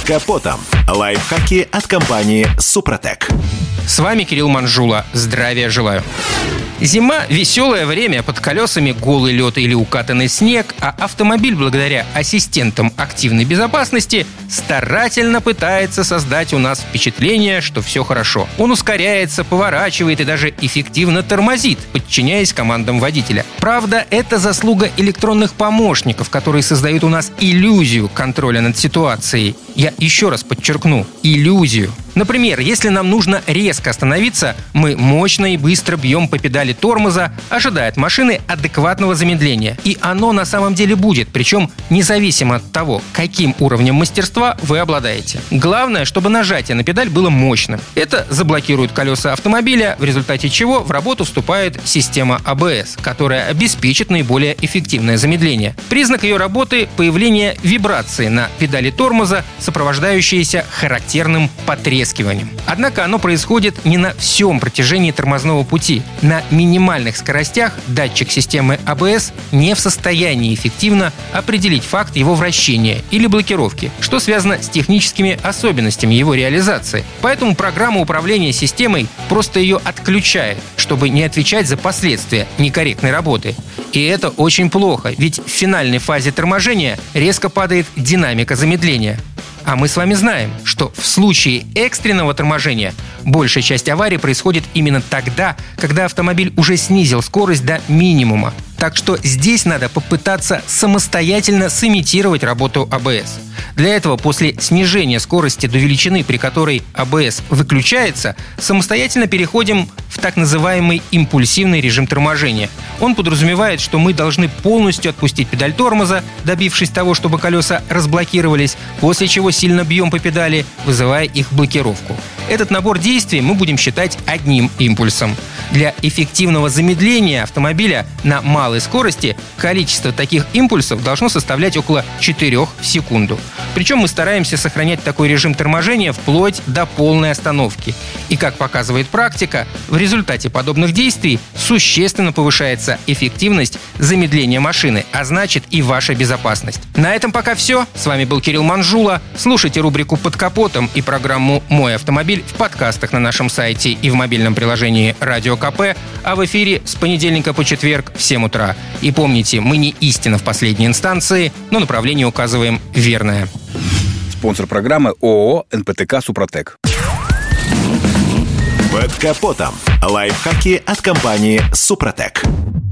капотом. Лайфхаки от компании «Супротек». С вами Кирилл Манжула. Здравия желаю. Зима – веселое время, под колесами голый лед или укатанный снег, а автомобиль, благодаря ассистентам активной безопасности, старательно пытается создать у нас впечатление, что все хорошо. Он ускоряется, поворачивает и даже эффективно тормозит, подчиняясь командам водителя. Правда, это заслуга электронных помощников, которые создают у нас иллюзию контроля над ситуацией. Я еще раз подчеркну – иллюзию. Например, если нам нужно резко остановиться, мы мощно и быстро бьем по педали тормоза, ожидая от машины адекватного замедления. И оно на самом деле будет, причем независимо от того, каким уровнем мастерства вы обладаете. Главное, чтобы нажатие на педаль было мощным. Это заблокирует колеса автомобиля, в результате чего в работу вступает система АБС, которая обеспечит наиболее эффективное замедление. Признак ее работы – появление вибрации на педали тормоза, сопровождающееся характерным потрескиванием. Однако оно происходит не на всем протяжении тормозного пути. На минимальных скоростях датчик системы АБС не в состоянии эффективно определить факт его вращения или блокировки, что связано с техническими особенностями его реализации. Поэтому программа управления системой просто ее отключает, чтобы не отвечать за последствия некорректной работы. И это очень плохо, ведь в финальной фазе торможения резко падает динамика замедления. А мы с вами знаем, что в случае экстренного торможения большая часть аварий происходит именно тогда, когда автомобиль уже снизил скорость до минимума. Так что здесь надо попытаться самостоятельно сымитировать работу АБС. Для этого после снижения скорости до величины, при которой АБС выключается, самостоятельно переходим в так называемый импульсивный режим торможения. Он подразумевает, что мы должны полностью отпустить педаль тормоза, добившись того, чтобы колеса разблокировались, после чего сильно бьем по педали, вызывая их блокировку. Этот набор действий мы будем считать одним импульсом. Для эффективного замедления автомобиля на малой скорости количество таких импульсов должно составлять около 4 в секунду. Причем мы стараемся сохранять такой режим торможения вплоть до полной остановки. И, как показывает практика, в результате подобных действий существенно повышается эффективность замедления машины, а значит и ваша безопасность. На этом пока все. С вами был Кирилл Манжула. Слушайте рубрику «Под капотом» и программу «Мой автомобиль» в подкастах на нашем сайте и в мобильном приложении «Радио КП», а в эфире с понедельника по четверг в 7 утра. И помните, мы не истина в последней инстанции, но направление указываем верное. Спонсор программы ООО «НПТК Супротек». Под капотом. Лайфхаки от компании «Супротек».